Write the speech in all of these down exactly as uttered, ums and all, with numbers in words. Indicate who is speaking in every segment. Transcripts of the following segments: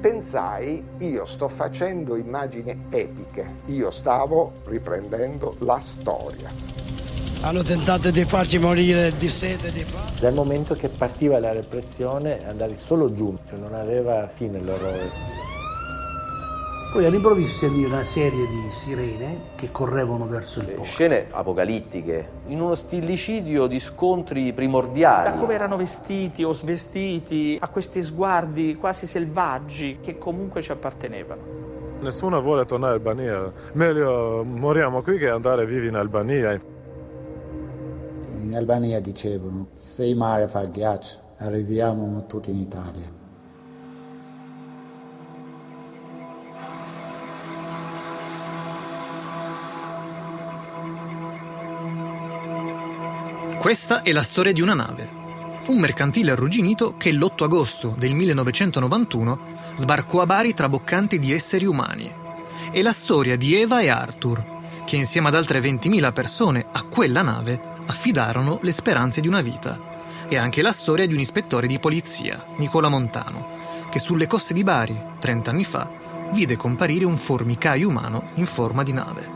Speaker 1: pensai, io sto facendo immagini epiche, io stavo riprendendo la storia.
Speaker 2: Hanno tentato di farci morire di sete, di fame.
Speaker 3: Dal momento che partiva la repressione andavi solo giù, cioè non aveva fine l'orrore.
Speaker 4: Poi all'improvviso si sentì una serie di sirene che correvano verso il porto.
Speaker 5: Scene apocalittiche, in uno stillicidio di scontri primordiali.
Speaker 6: Da come erano vestiti o svestiti, a questi sguardi quasi selvaggi che comunque ci appartenevano.
Speaker 7: Nessuno vuole tornare in Albania, meglio moriamo qui che andare vivi in Albania.
Speaker 8: In Albania dicevano, se il mare fa il ghiaccio, arriviamo tutti in Italia.
Speaker 9: Questa è la storia di una nave, un mercantile arrugginito che l'otto agosto del millenovecentonovantuno sbarcò a Bari traboccanti di esseri umani. È la storia di Eva e Arthur, che insieme ad altre ventimila persone a quella nave affidarono le speranze di una vita. È anche la storia di un ispettore di polizia, Nicola Montano, che sulle coste di Bari, trent'anni fa, vide comparire un formicaio umano in forma di nave.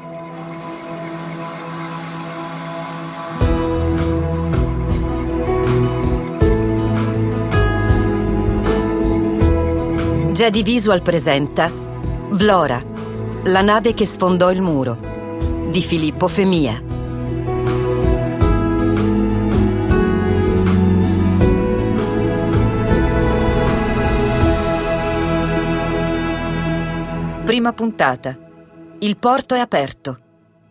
Speaker 10: Jedi Visual presenta Vlora, la nave che sfondò il muro, di Filippo Femia. Prima puntata. Il porto è aperto.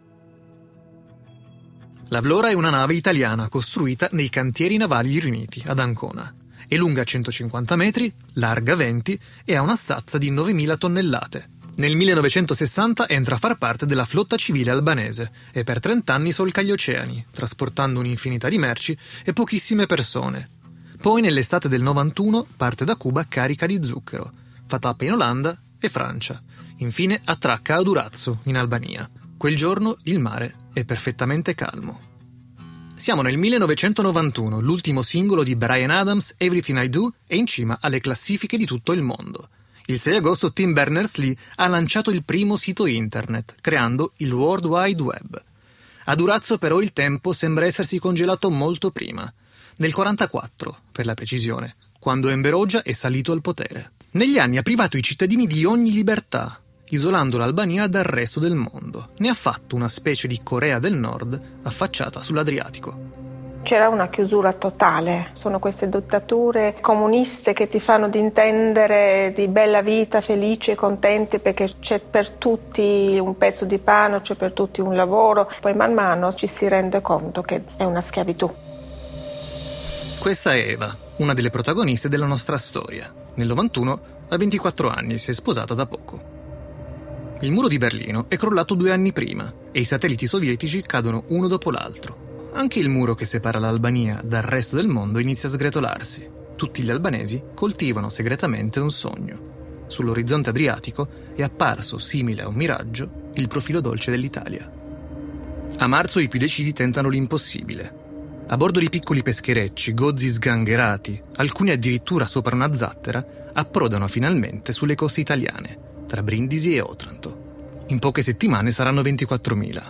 Speaker 9: La Vlora è una nave italiana costruita nei cantieri navali riuniti ad Ancona. È lunga centocinquanta metri, larga venti e ha una stazza di novemila tonnellate. Nel millenovecentosessanta entra a far parte della flotta civile albanese e per trent'anni solca gli oceani, trasportando un'infinità di merci e pochissime persone. Poi nell'estate del novantuno parte da Cuba carica di zucchero, fa tappa in Olanda e Francia. Infine attracca a Durazzo, in Albania. Quel giorno il mare è perfettamente calmo. Siamo nel millenovecentonovantuno, l'ultimo singolo di Bryan Adams, Everything I Do, è in cima alle classifiche di tutto il mondo. Il sei agosto Tim Berners-Lee ha lanciato il primo sito internet, creando il World Wide Web. A Durazzo però il tempo sembra essersi congelato molto prima, nel quarantaquattro, per la precisione, quando Enver Hoxha è salito al potere. Negli anni ha privato i cittadini di ogni libertà, isolando l'Albania dal resto del mondo. Ne ha fatto una specie di Corea del Nord affacciata sull'Adriatico.
Speaker 11: C'era una chiusura totale. Sono queste dittature comuniste che ti fanno di intendere di bella vita, felici e contenti perché c'è per tutti un pezzo di pane, c'è per tutti un lavoro. Poi man mano ci si rende conto che è una schiavitù.
Speaker 9: Questa è Eva, una delle protagoniste della nostra storia. Nel novantuno ha ventiquattro anni e si è sposata da poco. Il muro di Berlino è crollato due anni prima e i satelliti sovietici cadono uno dopo l'altro. Anche il muro che separa l'Albania dal resto del mondo inizia a sgretolarsi. Tutti gli albanesi coltivano segretamente un sogno. Sull'orizzonte adriatico è apparso, simile a un miraggio, il profilo dolce dell'Italia. A marzo i più decisi tentano l'impossibile. A bordo di piccoli pescherecci, gozzi sgangherati, alcuni addirittura sopra una zattera, approdano finalmente sulle coste italiane, tra Brindisi e Otranto. In poche settimane saranno ventiquattromila.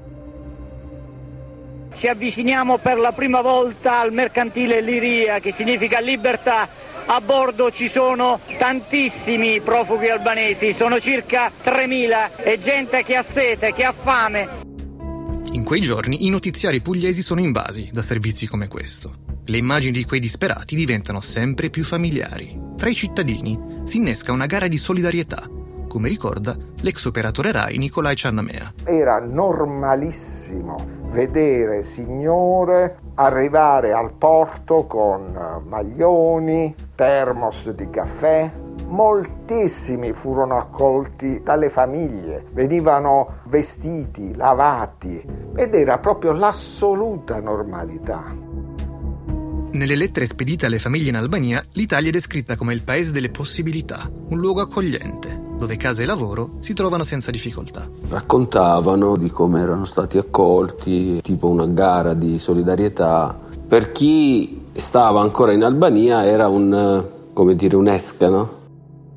Speaker 12: Ci avviciniamo per la prima volta al mercantile Liria, che significa libertà. A bordo ci sono tantissimi profughi albanesi, sono circa tremila, e gente che ha sete, che ha fame.
Speaker 9: In quei giorni i notiziari pugliesi sono invasi da servizi come questo. Le immagini di quei disperati diventano sempre più familiari. Tra i cittadini si innesca una gara di solidarietà, come ricorda l'ex operatore Rai Nicolae Ciannamea.
Speaker 1: Era normalissimo vedere signore arrivare al porto con maglioni, termos di caffè. Moltissimi furono accolti dalle famiglie, venivano vestiti, lavati, ed era proprio l'assoluta normalità.
Speaker 9: Nelle lettere spedite alle famiglie in Albania, l'Italia è descritta come il paese delle possibilità, un luogo accogliente, dove casa e lavoro si trovano senza difficoltà.
Speaker 13: Raccontavano di come erano stati accolti, tipo una gara di solidarietà. Per chi stava ancora in Albania era un, come dire, un'esca, no?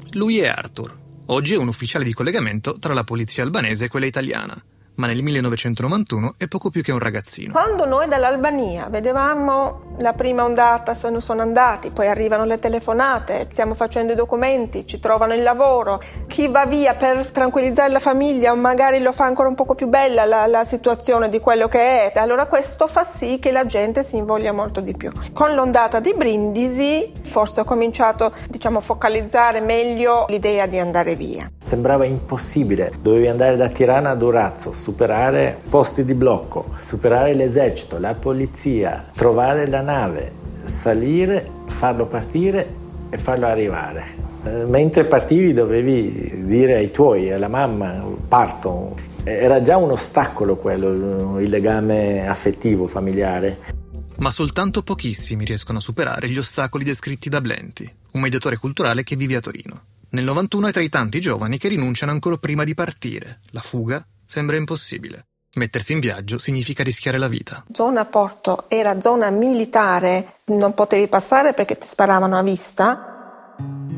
Speaker 9: Lui è Arthur. Oggi è un ufficiale di collegamento tra la polizia albanese e quella italiana, ma nel millenovecentonovantuno è poco più che un ragazzino.
Speaker 11: Quando noi dall'Albania vedevamo la prima ondata, se ne sono andati, poi arrivano le telefonate, stiamo facendo i documenti, ci trovano il lavoro, chi va via per tranquillizzare la famiglia o magari lo fa ancora un poco più bella la, la situazione di quello che è, allora questo fa sì che la gente si invoglia molto di più. Con l'ondata di Brindisi forse ho cominciato, diciamo, a focalizzare meglio l'idea di andare via.
Speaker 3: Sembrava impossibile, dovevi andare da Tirana a Durazzo, superare posti di blocco, superare l'esercito, la polizia, trovare la nave, salire, farlo partire e farlo arrivare. Mentre partivi dovevi dire ai tuoi, alla mamma, parto. Era già un ostacolo quello, il legame affettivo, familiare.
Speaker 9: Ma soltanto pochissimi riescono a superare gli ostacoli descritti da Blenti, un mediatore culturale che vive a Torino. Nel novantuno è tra i tanti giovani che rinunciano ancora prima di partire. La fuga sembra impossibile. Mettersi in viaggio significa rischiare la vita.
Speaker 11: Zona Porto era zona militare, non potevi passare perché ti sparavano a vista.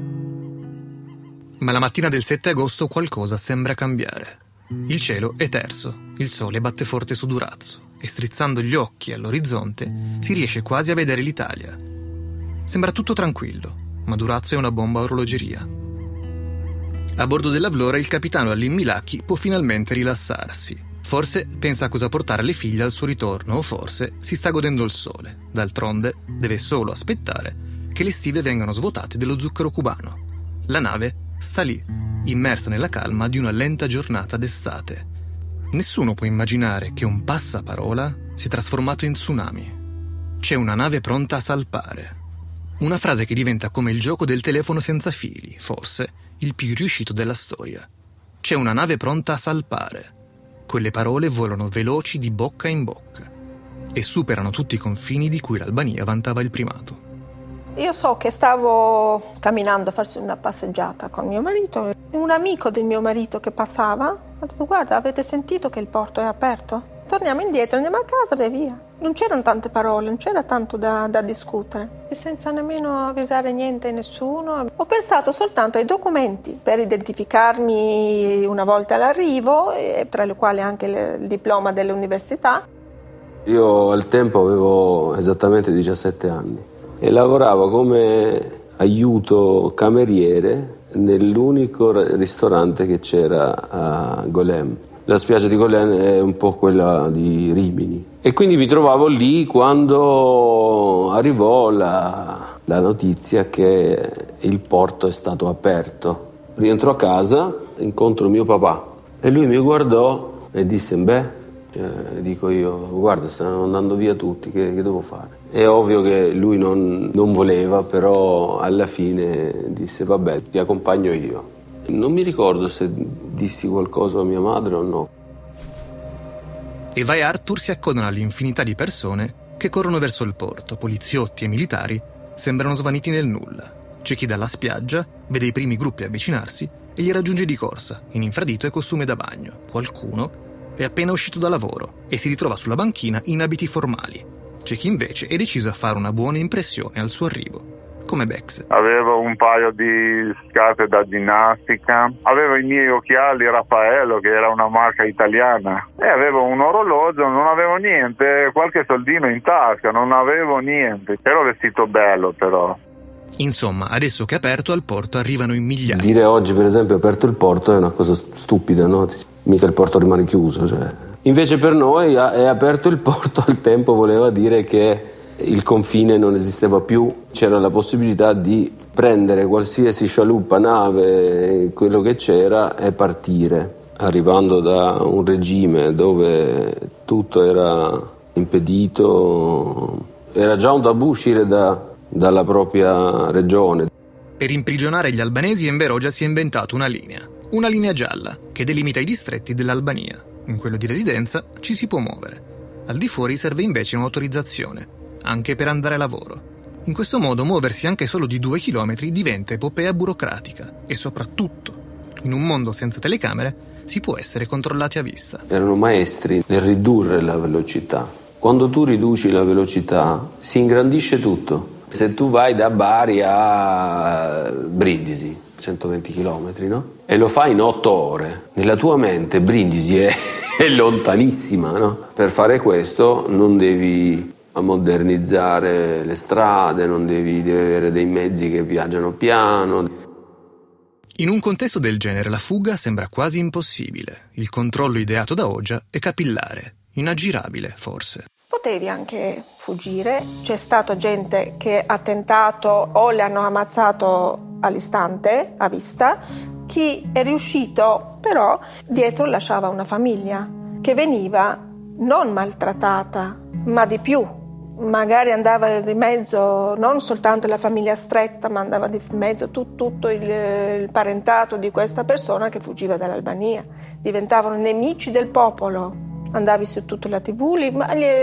Speaker 9: Ma la mattina del sette agosto qualcosa sembra cambiare. Il cielo è terso, il sole batte forte su Durazzo e strizzando gli occhi all'orizzonte si riesce quasi a vedere l'Italia. Sembra tutto tranquillo, ma Durazzo è una bomba a orologeria. A bordo della Vlora il capitano Allin Milacchi può finalmente rilassarsi. Forse pensa a cosa portare le figlie al suo ritorno, o forse si sta godendo il sole. D'altronde deve solo aspettare che le stive vengano svuotate dello zucchero cubano. La nave sta lì, immersa nella calma di una lenta giornata d'estate. Nessuno può immaginare che un passaparola si è trasformato in tsunami. C'è una nave pronta a salpare. Una frase che diventa come il gioco del telefono senza fili, forse il più riuscito della storia. C'è una nave pronta a salpare. Quelle parole volano veloci di bocca in bocca e superano tutti i confini di cui l'Albania vantava il primato.
Speaker 11: Io so che stavo camminando a farsi una passeggiata con mio marito. Un amico del mio marito che passava ha detto: guarda, avete sentito che il porto è aperto? Torniamo indietro, andiamo a casa e via. Non c'erano tante parole, non c'era tanto da, da discutere. E senza nemmeno avvisare niente a nessuno. Ho pensato soltanto ai documenti per identificarmi una volta all'arrivo, e tra le quali anche le, il diploma dell'università.
Speaker 13: Io al tempo avevo esattamente diciassette anni e lavoravo come aiuto cameriere nell'unico ristorante che c'era a Golem. La spiaggia di Golem è un po' quella di Rimini. E quindi mi trovavo lì quando arrivò la, la notizia che il porto è stato aperto. Rientro a casa, incontro mio papà e lui mi guardò e disse: beh, eh, dico io, guarda, stanno andando via tutti, che, che devo fare? È ovvio che lui non, non voleva, però alla fine disse: vabbè, ti accompagno io. Non mi ricordo se dissi qualcosa a mia madre o no.
Speaker 9: Eva e Arthur si accodano all'infinità di persone che corrono verso il porto. Poliziotti e militari sembrano svaniti nel nulla. C'è chi dalla spiaggia vede i primi gruppi avvicinarsi e li raggiunge di corsa, in infradito e costume da bagno. Qualcuno è appena uscito da lavoro e si ritrova sulla banchina in abiti formali. C'è chi invece è deciso a fare una buona impressione al suo arrivo, come Bex.
Speaker 14: Avevo un paio di scarpe da ginnastica, avevo i miei occhiali Raffaello, che era una marca italiana, e avevo un orologio, non avevo niente, qualche soldino in tasca, non avevo niente. Ero vestito bello però.
Speaker 9: Insomma, adesso che è aperto al porto arrivano in migliaia.
Speaker 13: Dire oggi per esempio aperto il porto è una cosa stupida, no? Mica il porto rimane chiuso, cioè. Invece per noi è aperto il porto al tempo voleva dire che il confine non esisteva più, c'era la possibilità di prendere qualsiasi scialuppa, nave, quello che c'era e partire, arrivando da un regime dove tutto era impedito, era già un tabù uscire da, dalla propria regione.
Speaker 9: Per imprigionare gli albanesi Enver Hoxha si è inventato una linea, una linea gialla che delimita i distretti dell'Albania. In quello di residenza ci si può muovere, al di fuori serve invece un'autorizzazione, anche per andare a lavoro. In questo modo muoversi anche solo di due chilometri diventa epopea burocratica e soprattutto, in un mondo senza telecamere, si può essere controllati a vista.
Speaker 13: Erano maestri nel ridurre la velocità. Quando tu riduci la velocità si ingrandisce tutto. Se tu vai da Bari a Brindisi, centoventi chilometri, no? E lo fai in otto ore. Nella tua mente Brindisi è, è lontanissima, no? Per fare questo non devi modernizzare le strade, non devi, devi avere dei mezzi che viaggiano piano.
Speaker 9: In un contesto del genere la fuga sembra quasi impossibile. Il controllo ideato da Ogia è capillare, inaggirabile forse.
Speaker 11: Potevi anche fuggire, c'è stata gente che ha tentato o le hanno ammazzato all'istante, a vista. Chi è riuscito però dietro lasciava una famiglia che veniva non maltrattata, ma di più. Magari andava di mezzo non soltanto la famiglia stretta, ma andava di mezzo tut, tutto il, il parentato di questa persona che fuggiva dall'Albania. Diventavano nemici del popolo. Andavi su tutta la tivù, li,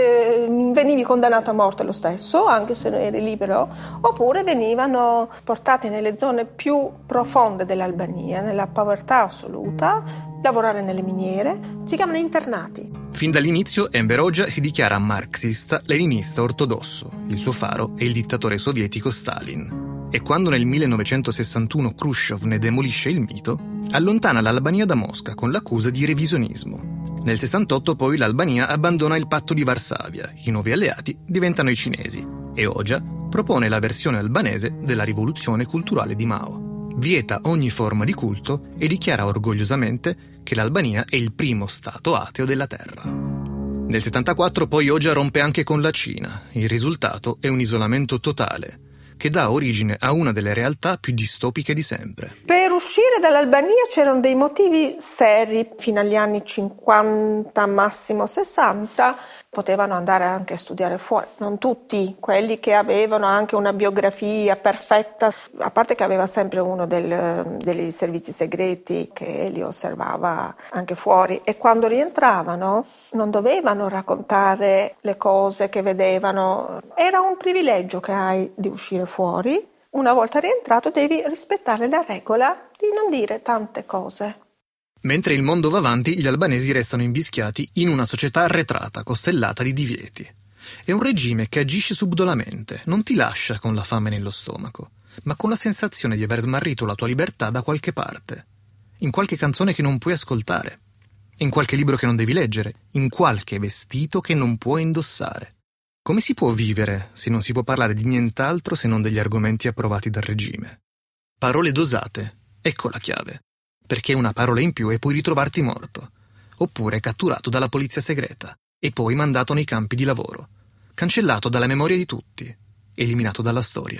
Speaker 11: li, venivi condannato a morte lo stesso, anche se eri libero, oppure venivano portati nelle zone più profonde dell'Albania, nella povertà assoluta, lavorare nelle miniere, si chiamano internati.
Speaker 9: Fin dall'inizio Enver Hoxha si dichiara marxista-leninista ortodosso, il suo faro è il dittatore sovietico Stalin. E quando nel millenovecentosessantuno Khrushchev ne demolisce il mito, allontana l'Albania da Mosca con l'accusa di revisionismo. Nel sessantotto poi l'Albania abbandona il patto di Varsavia, i nuovi alleati diventano i cinesi e Hoxha propone la versione albanese della rivoluzione culturale di Mao. Vieta ogni forma di culto e dichiara orgogliosamente che l'Albania è il primo stato ateo della terra. Nel settantaquattro poi Hoxha rompe anche con la Cina. Il risultato è un isolamento totale, che dà origine a una delle realtà più distopiche di sempre.
Speaker 11: Per uscire dall'Albania c'erano dei motivi seri. Fino agli anni cinquanta, massimo sessanta, potevano andare anche a studiare fuori. Non tutti, quelli che avevano anche una biografia perfetta, a parte che aveva sempre uno del, dei servizi segreti che li osservava anche fuori, e quando rientravano non dovevano raccontare le cose che vedevano. Era un privilegio che hai di uscire fuori. Una volta rientrato devi rispettare la regola di non dire tante cose.
Speaker 9: Mentre il mondo va avanti, gli albanesi restano invischiati in una società arretrata, costellata di divieti. È un regime che agisce subdolamente, non ti lascia con la fame nello stomaco, ma con la sensazione di aver smarrito la tua libertà da qualche parte, in qualche canzone che non puoi ascoltare, in qualche libro che non devi leggere, in qualche vestito che non puoi indossare. Come si può vivere se non si può parlare di nient'altro se non degli argomenti approvati dal regime? Parole dosate, ecco la chiave. Perché una parola in più e puoi ritrovarti morto, oppure catturato dalla polizia segreta e poi mandato nei campi di lavoro, cancellato dalla memoria di tutti, eliminato dalla storia.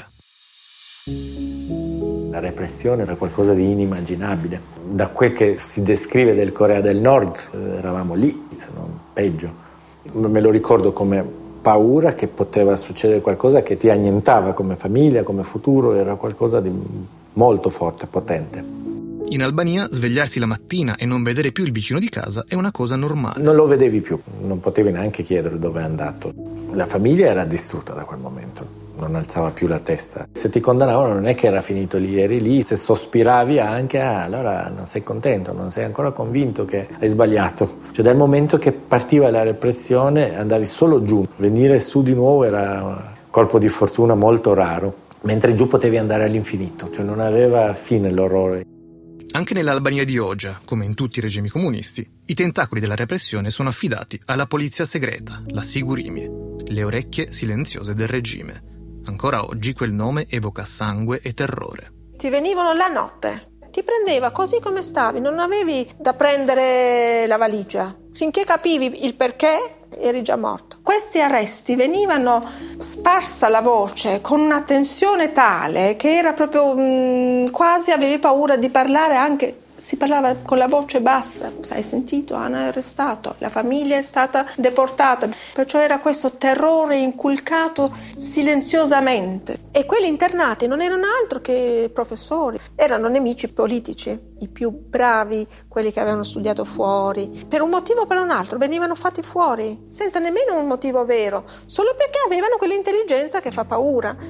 Speaker 3: La repressione era qualcosa di inimmaginabile. Da quel che si descrive del Corea del Nord, eravamo lì, se non peggio. Me lo ricordo come paura che poteva succedere qualcosa che ti annientava come famiglia, come futuro, era qualcosa di molto forte, potente.
Speaker 9: In Albania svegliarsi la mattina e non vedere più il vicino di casa è una cosa normale.
Speaker 3: Non lo vedevi più, non potevi neanche chiedere dove è andato. La famiglia era distrutta da quel momento, non alzava più la testa. Se ti condannavano non è che era finito lì, eri lì, se sospiravi anche, ah, allora non sei contento, non sei ancora convinto che hai sbagliato. Cioè dal momento che partiva la repressione andavi solo giù, venire su di nuovo era un colpo di fortuna molto raro, mentre giù potevi andare all'infinito, cioè non aveva fine l'orrore.
Speaker 9: Anche nell'Albania di Hoxha, come in tutti i regimi comunisti, i tentacoli della repressione sono affidati alla polizia segreta, la Sigurimi, le orecchie silenziose del regime. Ancora oggi quel nome evoca sangue e terrore.
Speaker 11: Ti venivano la notte, ti prendeva così come stavi, non avevi da prendere la valigia. Finché capivi il perché, eri già morto. Questi arresti venivano sparsa la voce con una tensione tale che era proprio mh, quasi avevi paura di parlare, anche si parlava con la voce bassa. Hai sentito? Hanno arrestato, la famiglia è stata deportata, perciò era questo terrore inculcato silenziosamente. E quelli internati non erano altro che professori, erano nemici politici, i più bravi, quelli che avevano studiato fuori, per un motivo o per un altro venivano fatti fuori senza nemmeno un motivo vero, solo perché avevano quell'intelligenza che fa paura.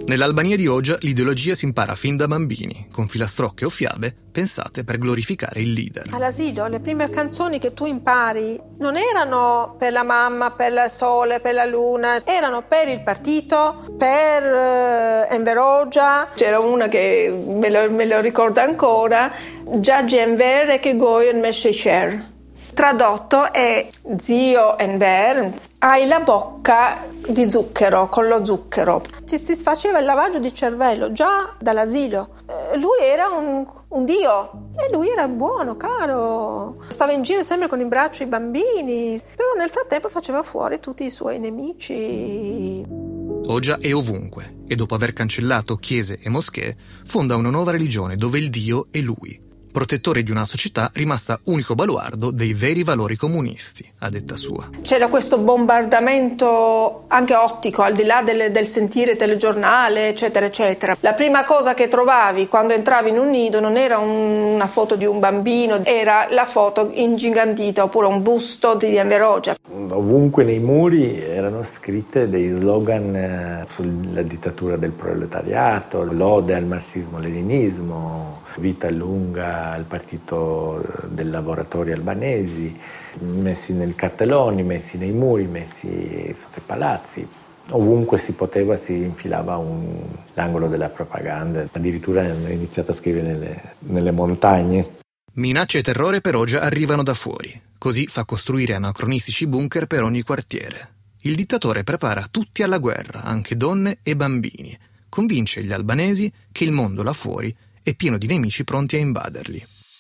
Speaker 9: Nell'Albania di Hoxha l'ideologia si impara fin da bambini, con filastrocche o fiabe pensate per glorificare il leader.
Speaker 11: All'asilo le prime canzoni che tu impari non erano per la mamma, per il sole, per la luna, erano per il partito, per uh, Enver Hoxha. C'era una che me lo, me lo ricordo ancora, Giaji Enver e che Goyen Meshecher. Tradotto è: zio Enver, hai la bocca di zucchero, con lo zucchero. Ci si faceva il lavaggio di cervello già dall'asilo. Eh, lui era un, un dio e lui era buono, caro. Stava in giro sempre con in braccio i bambini, però nel frattempo faceva fuori tutti i suoi nemici.
Speaker 9: Hoxha è ovunque e dopo aver cancellato chiese e moschee fonda una nuova religione dove il dio è lui, protettore di una società rimasta unico baluardo dei veri valori comunisti, a detta sua.
Speaker 11: C'era questo bombardamento anche ottico, al di là del, del sentire telegiornale, eccetera, eccetera. La prima cosa che trovavi quando entravi in un nido non era un, una foto di un bambino, era la foto ingigantita oppure un busto di Enver Hoxha.
Speaker 3: Ovunque nei muri erano scritte dei slogan sulla dittatura del proletariato, lode al marxismo-leninismo, vita lunga al partito dei lavoratori albanesi, messi nei cartelloni, messi nei muri, messi sotto i palazzi. Ovunque si poteva si infilava un, l'angolo della propaganda. Addirittura hanno iniziato a scrivere nelle, nelle montagne.
Speaker 9: Minacce e terrore per Hoxha arrivano da fuori. Così fa costruire anacronistici bunker per ogni quartiere. Il dittatore prepara tutti alla guerra, anche donne e bambini. Convince gli albanesi che il mondo là fuori è pieno di nemici pronti a invaderli.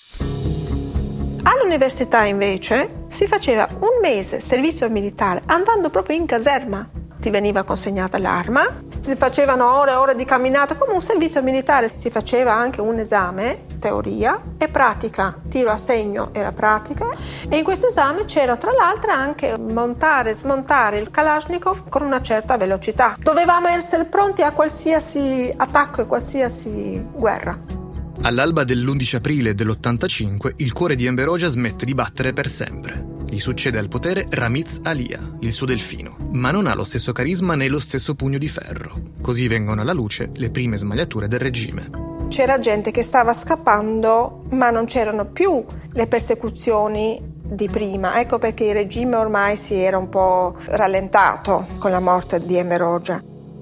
Speaker 11: All'università invece si faceva un mese servizio militare andando proprio in caserma. Ti veniva consegnata l'arma, si facevano ore e ore di camminata come un servizio militare. Si faceva anche un esame, teoria e pratica. Tiro a segno era pratica e in questo esame c'era tra l'altro anche montare e smontare il Kalashnikov con una certa velocità. Dovevamo essere pronti a qualsiasi attacco e qualsiasi guerra.
Speaker 9: All'alba dell'undici aprile dell'ottantacinque il cuore di Enver Hoxha smette di battere per sempre. Gli succede al potere Ramiz Alia, il suo delfino, ma non ha lo stesso carisma né lo stesso pugno di ferro. Così vengono alla luce le prime smagliature del regime.
Speaker 11: C'era gente che stava scappando, ma non c'erano più le persecuzioni di prima. Ecco perché il regime ormai si era un po' rallentato con la morte di Enver Hoxha.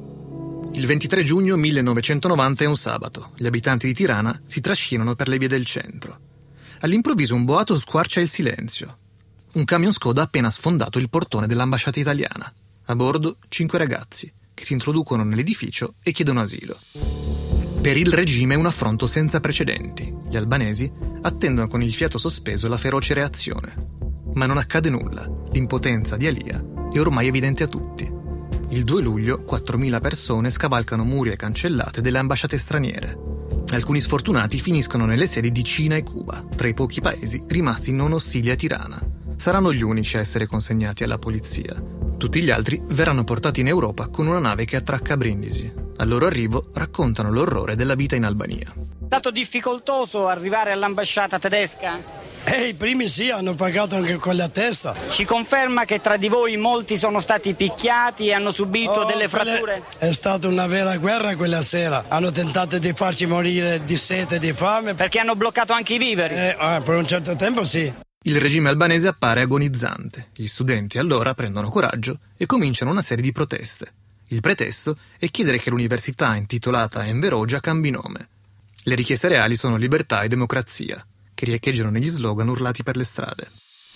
Speaker 9: Il ventitré giugno millenovecentonovanta è un sabato. Gli abitanti di Tirana si trascinano per le vie del centro. All'improvviso un boato squarcia il silenzio. Un camion Skoda ha appena sfondato il portone dell'ambasciata italiana. A bordo cinque ragazzi che si introducono nell'edificio e chiedono asilo. Per il regime è un affronto senza precedenti. Gli albanesi attendono con il fiato sospeso la feroce reazione. Ma non accade nulla. L'impotenza di Alia è ormai evidente a tutti. Il due luglio quattromila persone scavalcano muri e cancellate delle ambasciate straniere. Alcuni sfortunati finiscono nelle sedi di Cina e Cuba, tra i pochi paesi rimasti non ostili a Tirana. Saranno gli unici a essere consegnati alla polizia. Tutti gli altri verranno portati in Europa con una nave che attracca a Brindisi. Al loro arrivo raccontano l'orrore della vita in Albania.
Speaker 12: È stato difficoltoso arrivare all'ambasciata tedesca?
Speaker 2: Eh, i primi sì, hanno pagato anche con la testa.
Speaker 12: Ci conferma che tra di voi molti sono stati picchiati e hanno subito
Speaker 2: oh,
Speaker 12: delle fratture?
Speaker 2: È stata una vera guerra quella sera. Hanno tentato di farci morire di sete e di fame.
Speaker 12: Perché hanno bloccato anche i viveri?
Speaker 2: Eh, eh, per un certo tempo sì.
Speaker 9: Il regime albanese appare agonizzante. Gli studenti allora prendono coraggio e cominciano una serie di proteste. Il pretesto è chiedere che l'università intitolata Enver Hoxha cambi nome. Le richieste reali sono libertà e democrazia, che riecheggiano negli slogan urlati per le strade.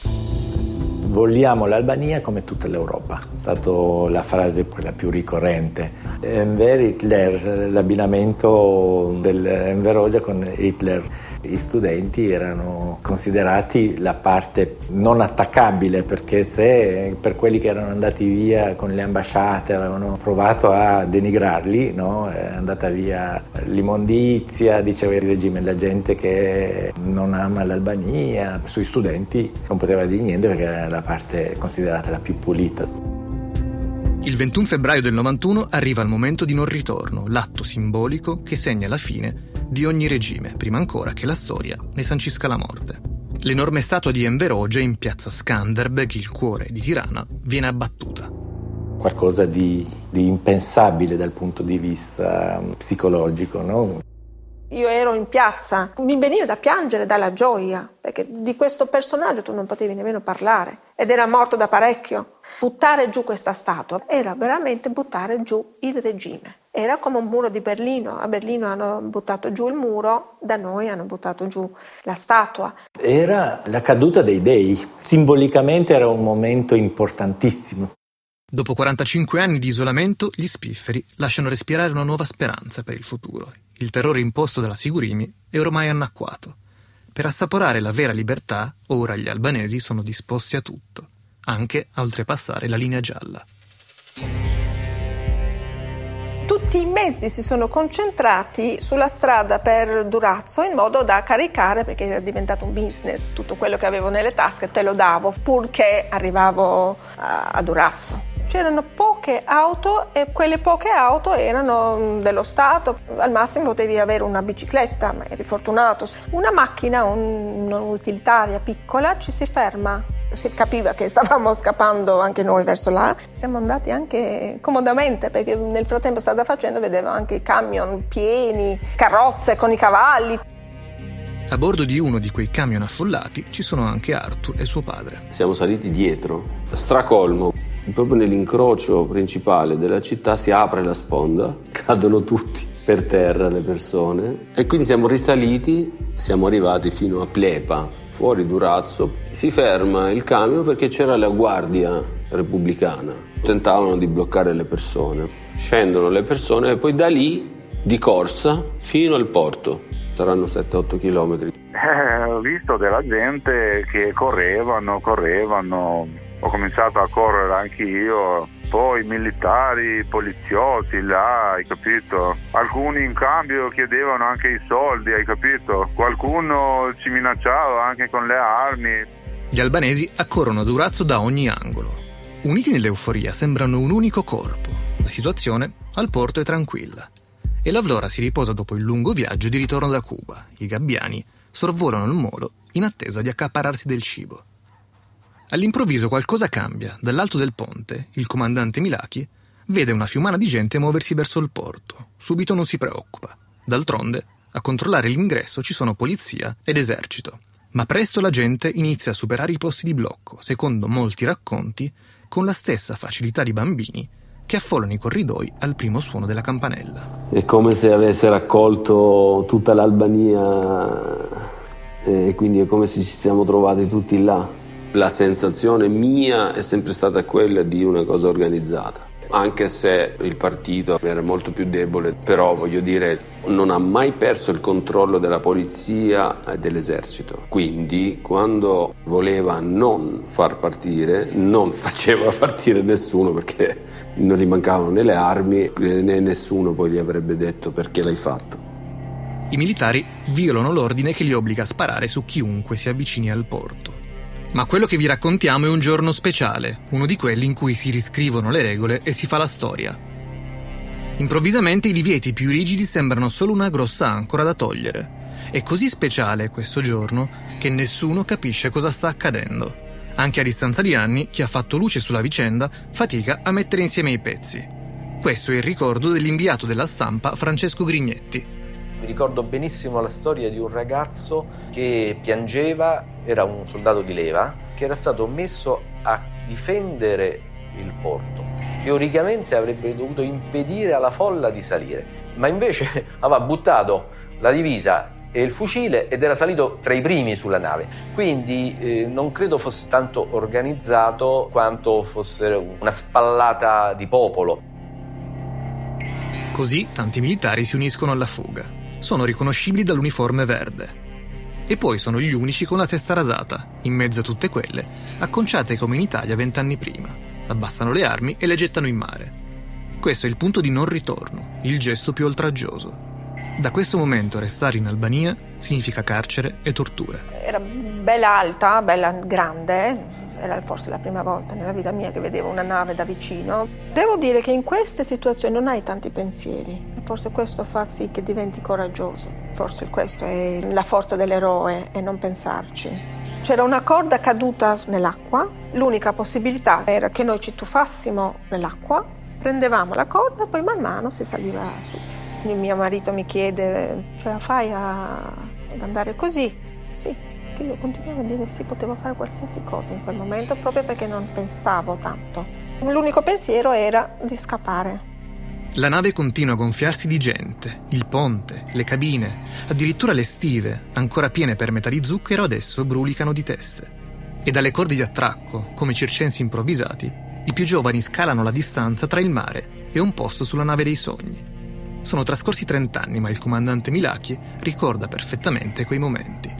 Speaker 3: Vogliamo l'Albania come tutta l'Europa. È stata la frase quella più ricorrente. Enver Hitler, l'abbinamento dell'Enver Hoxha con Hitler. Gli studenti erano considerati la parte non attaccabile, perché se per quelli che erano andati via con le ambasciate avevano provato a denigrarli, no? È andata via l'immondizia, diceva il regime, la gente che non ama l'Albania. Sui studenti non poteva dire niente perché era la parte considerata la più pulita.
Speaker 9: Il ventuno febbraio del novantuno arriva il momento di non ritorno, l'atto simbolico che segna la fine di ogni regime, prima ancora che la storia ne sancisca la morte. L'enorme statua di Enver Hoxha in piazza Skanderbeg, il cuore di Tirana, viene abbattuta.
Speaker 3: qualcosa di, di impensabile dal punto di vista psicologico, no?
Speaker 11: Io ero in piazza, mi veniva da piangere dalla gioia, perché di questo personaggio tu non potevi nemmeno parlare, ed era morto da parecchio. Buttare giù questa statua era veramente buttare giù il regime. Era come un muro di Berlino. A Berlino hanno buttato giù il muro, da noi hanno buttato giù la statua.
Speaker 3: Era la caduta dei dei. Simbolicamente era un momento importantissimo.
Speaker 9: Dopo quarantacinque anni di isolamento, gli spifferi lasciano respirare una nuova speranza per il futuro. Il terrore imposto dalla Sigurimi è ormai annacquato. Per assaporare la vera libertà, ora gli albanesi sono disposti a tutto, anche a oltrepassare la linea gialla.
Speaker 11: Tutti i mezzi si sono concentrati sulla strada per Durazzo in modo da caricare, perché era diventato un business. Tutto quello che avevo nelle tasche te lo davo purché arrivavo a, a Durazzo. C'erano poche auto e quelle poche auto erano dello Stato. Al massimo potevi avere una bicicletta, ma eri fortunato. Una macchina, un, un'utilitaria piccola, ci si ferma. Si capiva che stavamo scappando anche noi verso là. Siamo andati anche comodamente, perché nel frattempo strada facendo vedevo anche i camion pieni, carrozze con i cavalli.
Speaker 9: A bordo di uno di quei camion affollati ci sono anche Arthur e suo padre.
Speaker 13: Siamo saliti dietro, stracolmo. Proprio nell'incrocio principale della città si apre la sponda, cadono tutti per terra le persone e quindi siamo risaliti, siamo arrivati fino a Plepa, fuori Durazzo. Si ferma il camion perché c'era la guardia repubblicana, tentavano di bloccare le persone. Scendono le persone e poi da lì di corsa fino al porto, saranno sette otto chilometri.
Speaker 14: Eh, ho visto della gente che correvano, correvano. Ho cominciato a correre anche io, poi militari, poliziotti là, hai capito? Alcuni in cambio chiedevano anche i soldi, hai capito? Qualcuno ci minacciava anche con le armi.
Speaker 9: Gli albanesi accorrono a Durazzo da ogni angolo. Uniti nell'euforia, sembrano un unico corpo. La situazione al porto è tranquilla. E la Vlora si riposa dopo il lungo viaggio di ritorno da Cuba. I gabbiani sorvolano il molo in attesa di accaparrarsi del cibo. All'improvviso qualcosa cambia. Dall'alto del ponte, il comandante Milaki vede una fiumana di gente muoversi verso il porto. Subito non si preoccupa. D'altronde, a controllare l'ingresso ci sono polizia ed esercito. Ma presto la gente inizia a superare i posti di blocco, secondo molti racconti, con la stessa facilità di bambini che affollano i corridoi al primo suono della campanella.
Speaker 13: È come se avesse raccolto tutta l'Albania e quindi è come se ci siamo trovati tutti là. La sensazione mia è sempre stata quella di una cosa organizzata, anche se il partito era molto più debole, però voglio dire non ha mai perso il controllo della polizia e dell'esercito, quindi quando voleva non far partire non faceva partire nessuno, perché non gli mancavano né le armi né nessuno poi gli avrebbe detto perché l'hai fatto.
Speaker 9: I militari violano l'ordine che li obbliga a sparare su chiunque si avvicini al porto. Ma quello che vi raccontiamo è un giorno speciale, uno di quelli in cui si riscrivono le regole e si fa la storia. Improvvisamente i divieti più rigidi sembrano solo una grossa ancora da togliere. È così speciale questo giorno che nessuno capisce cosa sta accadendo. Anche a distanza di anni, chi ha fatto luce sulla vicenda fatica a mettere insieme i pezzi. Questo è il ricordo dell'inviato della stampa Francesco Grignetti.
Speaker 5: Mi ricordo benissimo la storia di un ragazzo che piangeva, era un soldato di leva, che era stato messo a difendere il porto. Teoricamente avrebbe dovuto impedire alla folla di salire, ma invece aveva buttato la divisa e il fucile ed era salito tra i primi sulla nave. Quindi eh, non credo fosse tanto organizzato quanto fosse una spallata di popolo.
Speaker 9: Così tanti militari si uniscono alla fuga. Sono riconoscibili dall'uniforme verde. E poi sono gli unici con la testa rasata, in mezzo a tutte quelle, acconciate come in Italia vent'anni prima. Abbassano le armi e le gettano in mare. Questo è il punto di non ritorno, il gesto più oltraggioso. Da questo momento restare in Albania significa carcere e torture.
Speaker 11: Era bella alta, bella grande. Era forse la prima volta nella vita mia che vedevo una nave da vicino. Devo dire che in queste situazioni non hai tanti pensieri e forse questo fa sì che diventi coraggioso. Forse questo è la forza dell'eroe e non pensarci. C'era una corda caduta nell'acqua, l'unica possibilità era che noi ci tuffassimo nell'acqua, prendevamo la corda e poi man mano si saliva su. Il mio marito mi chiede, ce la fai a, ad andare così? Sì, che io continuavo a dire sì, potevo fare qualsiasi cosa in quel momento proprio perché non pensavo tanto. L'unico pensiero era di scappare.
Speaker 9: La nave continua a gonfiarsi di gente, il ponte, le cabine, addirittura le stive, ancora piene per metà di zucchero, adesso brulicano di teste. E dalle corde di attracco, come circensi improvvisati, i più giovani scalano la distanza tra il mare e un posto sulla nave dei sogni. Sono trascorsi trent'anni, ma il comandante Milacchi ricorda perfettamente quei momenti.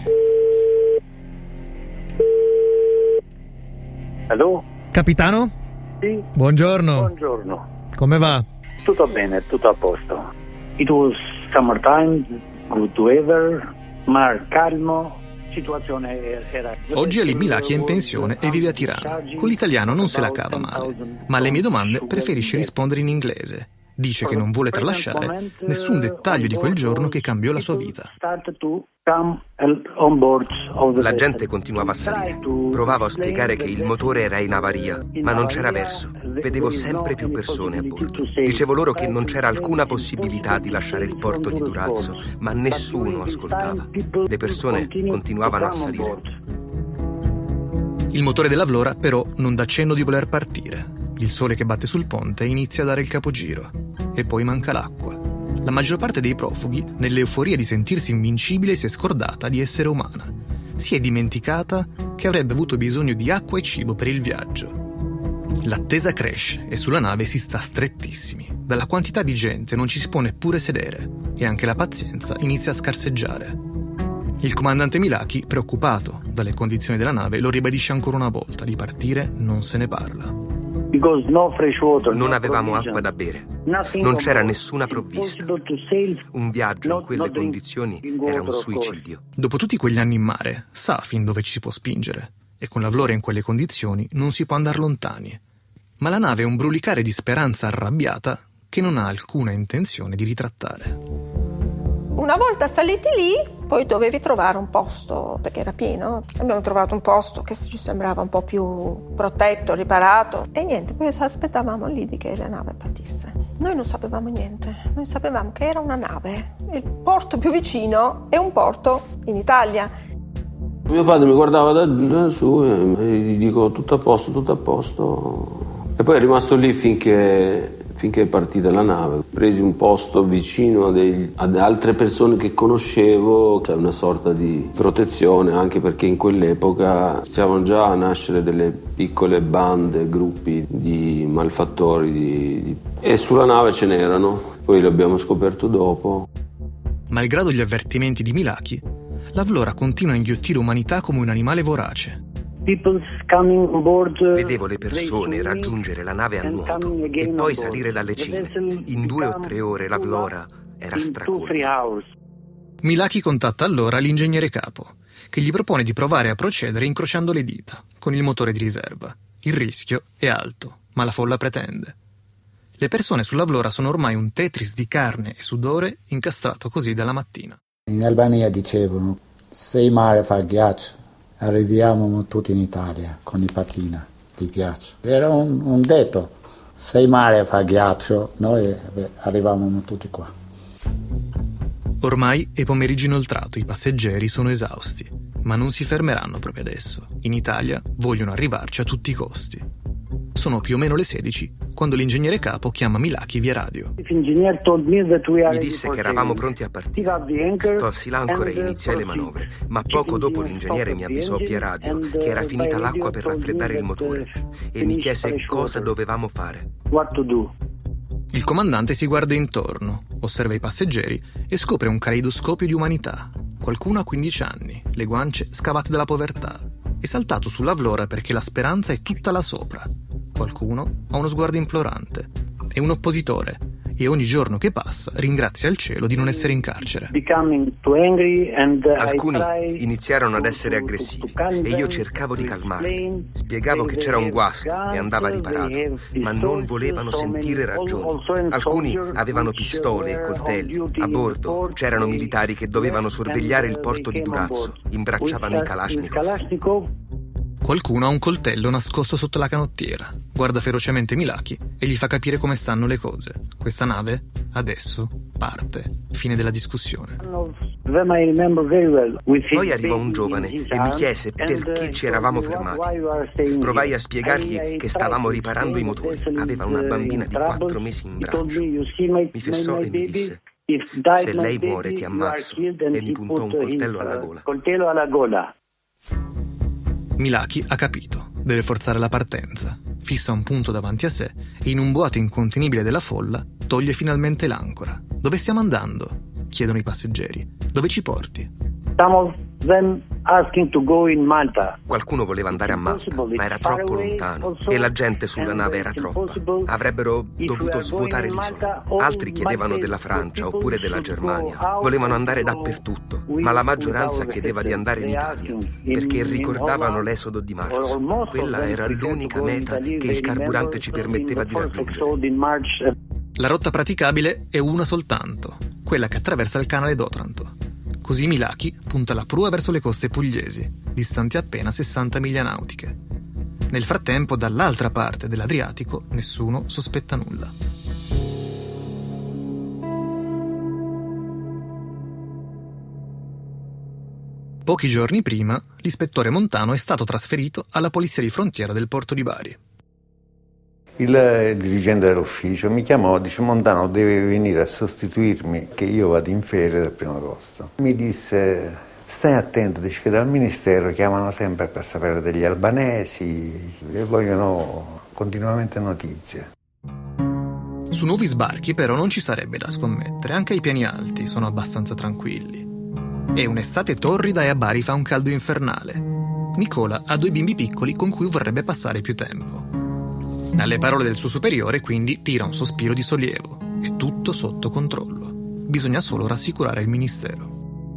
Speaker 15: Allo?
Speaker 16: Capitano?
Speaker 15: Sì.
Speaker 16: Buongiorno.
Speaker 15: Buongiorno.
Speaker 16: Come va?
Speaker 15: Tutto bene, tutto a posto. It was summertime, good weather, mar calmo, situazione era...
Speaker 9: Oggi Ali Milacchi è in pensione e vive a Tirana. Con l'italiano non se la cava male, ma alle mie domande preferisce rispondere in inglese. Dice che non vuole tralasciare nessun dettaglio di quel giorno che cambiò la sua vita.
Speaker 17: La gente continuava a salire. Provavo a spiegare che il motore era in avaria, ma non c'era verso. Vedevo sempre più persone a bordo. Dicevo loro che non c'era alcuna possibilità di lasciare il porto di Durazzo, ma nessuno ascoltava. Le persone continuavano a salire.
Speaker 9: Il motore della Vlora però non dà cenno di voler partire. Il sole che batte sul ponte inizia a dare il capogiro. E poi manca l'acqua. La maggior parte dei profughi, nell'euforia di sentirsi invincibile, si è scordata di essere umana. Si è dimenticata che avrebbe avuto bisogno di acqua e cibo per il viaggio. L'attesa cresce e sulla nave si sta strettissimi. Dalla quantità di gente non ci si può neppure sedere e anche la pazienza inizia a scarseggiare. Il comandante Milacchi, preoccupato dalle condizioni della nave, lo ribadisce ancora una volta: di partire non se ne parla.
Speaker 17: Non avevamo acqua da bere, non c'era nessuna provvista. Un viaggio in quelle condizioni era un suicidio.
Speaker 9: Dopo tutti quegli anni in mare, sa fin dove ci si può spingere, e con la Vlora in quelle condizioni non si può andare lontani. Ma la nave è un brulicare di speranza arrabbiata che non ha alcuna intenzione di ritrattare.
Speaker 11: Una volta saliti lì, poi dovevi trovare un posto, perché era pieno. Abbiamo trovato un posto che ci sembrava un po' più protetto, riparato. E niente, poi aspettavamo lì di che la nave partisse. Noi non sapevamo niente, noi sapevamo che era una nave. Il porto più vicino è un porto in Italia.
Speaker 13: Mio padre mi guardava da, da su e gli dico tutto a posto, tutto a posto. E poi è rimasto lì finché... finché è partita la nave. Presi un posto vicino a dei, ad altre persone che conoscevo, cioè una sorta di protezione, anche perché in quell'epoca iniziavano già a nascere delle piccole bande, gruppi di malfattori di, di... e sulla nave ce n'erano, poi l'abbiamo scoperto dopo.
Speaker 9: Malgrado gli avvertimenti di Milacchi, la Vlora continua a inghiottire umanità come un animale vorace.
Speaker 17: Vedevo le persone raggiungere la nave a nuoto e poi salire dalle cime. In due o tre ore la Vlora era stracolma.
Speaker 9: Milacchi contatta allora l'ingegnere capo, che gli propone di provare a procedere incrociando le dita, con il motore di riserva. Il rischio è alto, ma la folla pretende. Le persone sulla Vlora sono ormai un Tetris di carne e sudore incastrato così dalla mattina.
Speaker 8: In Albania dicevano, se il mare fa ghiaccio, arriviamo tutti in Italia con i patina di ghiaccio. Era un, un detto, se il mare fa ghiaccio, noi arrivavamo tutti qua.
Speaker 9: Ormai è pomeriggio inoltrato, i passeggeri sono esausti, ma non si fermeranno proprio adesso. In Italia vogliono arrivarci a tutti i costi. Sono più o meno le sedici quando l'ingegnere capo chiama Milacchi via radio.
Speaker 17: Mi disse che eravamo pronti a partire. Tolsi l'àncora e iniziai le manovre, ma poco dopo l'ingegnere mi avvisò via radio che era finita l'acqua per raffreddare il motore e mi chiese cosa dovevamo fare.
Speaker 9: Il comandante si guarda intorno, osserva i passeggeri e scopre un caleidoscopio di umanità. Qualcuno ha quindici anni, le guance scavate dalla povertà. È saltato sulla Vlora perché la speranza è tutta là sopra. Qualcuno ha uno sguardo implorante. È un oppositore, e ogni giorno che passa ringrazia il cielo di non essere in carcere.
Speaker 17: Alcuni iniziarono ad essere aggressivi e io cercavo di calmarli. Spiegavo che c'era un guasto e andava riparato, ma non volevano sentire ragioni. Alcuni avevano pistole e coltelli. A bordo c'erano militari che dovevano sorvegliare il porto di Durazzo. Imbracciavano i Kalashnikov.
Speaker 9: Qualcuno ha un coltello nascosto sotto la canottiera, guarda ferocemente Milaki e gli fa capire come stanno le cose. Questa nave adesso parte. Fine della discussione.
Speaker 17: Poi arrivò un giovane e mi chiese perché ci eravamo fermati. Provai a spiegargli che stavamo riparando i motori. Aveva una bambina di quattro mesi in braccio. Mi fissò e mi disse: se lei muore ti ammazzo, e mi puntò un coltello alla gola.
Speaker 9: Milaki ha capito, deve forzare la partenza. Fissa un punto davanti a sé e in un vuoto incontenibile della folla toglie finalmente l'ancora. Dove stiamo andando? Chiedono i passeggeri. Dove ci porti?
Speaker 17: Qualcuno voleva andare a Malta, ma era troppo lontano e la gente sulla nave era troppa. Avrebbero dovuto svuotare l'isola. Altri chiedevano della Francia oppure della Germania. Volevano andare dappertutto, ma la maggioranza chiedeva di andare in Italia perché ricordavano l'esodo di marzo. Quella era l'unica meta che il carburante ci permetteva di raggiungere.
Speaker 9: La rotta praticabile è una soltanto, quella che attraversa il canale d'Otranto. Così Milaki punta la prua verso le coste pugliesi, distanti appena sessanta miglia nautiche. Nel frattempo, dall'altra parte dell'Adriatico, nessuno sospetta nulla. Pochi giorni prima, l'ispettore Montano è stato trasferito alla polizia di frontiera del porto di Bari.
Speaker 16: Il dirigente dell'ufficio mi chiamò, dice: Montano, deve venire a sostituirmi che io vado in ferie dal primo agosto. Mi disse: stai attento, dice che dal ministero chiamano sempre per sapere degli albanesi e vogliono continuamente notizie.
Speaker 9: Su nuovi sbarchi però non ci sarebbe da scommettere, anche ai piani alti sono abbastanza tranquilli. È un'estate torrida e a Bari fa un caldo infernale. Nicola ha due bimbi piccoli con cui vorrebbe passare più tempo. Alle parole del suo superiore, quindi, tira un sospiro di sollievo. È tutto sotto controllo. Bisogna solo rassicurare il ministero.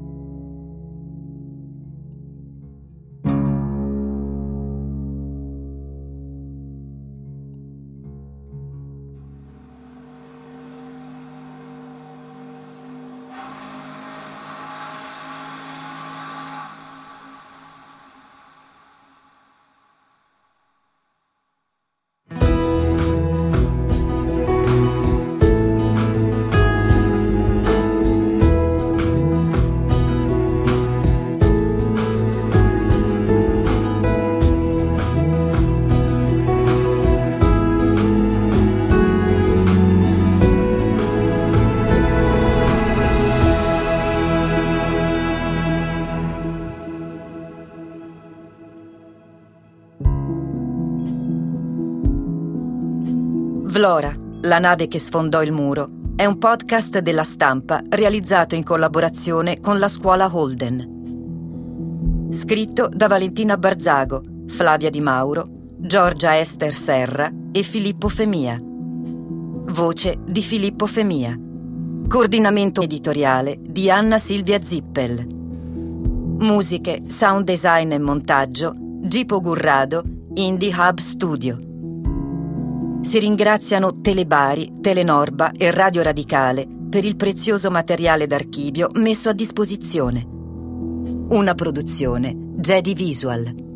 Speaker 10: Vlora, la nave che sfondò il muro, è un podcast della Stampa realizzato in collaborazione con la scuola Holden. Scritto da Valentina Barzago, Flavia Di Mauro, Giorgia Ester Serra e Filippo Femia. Voce di Filippo Femia. Coordinamento editoriale di Anna Silvia Zippel. Musiche, sound design e montaggio Gipo Gurrado, Indie Hub Studio. Si ringraziano Telebari, Telenorba e Radio Radicale per il prezioso materiale d'archivio messo a disposizione. Una produzione Jedi Visual.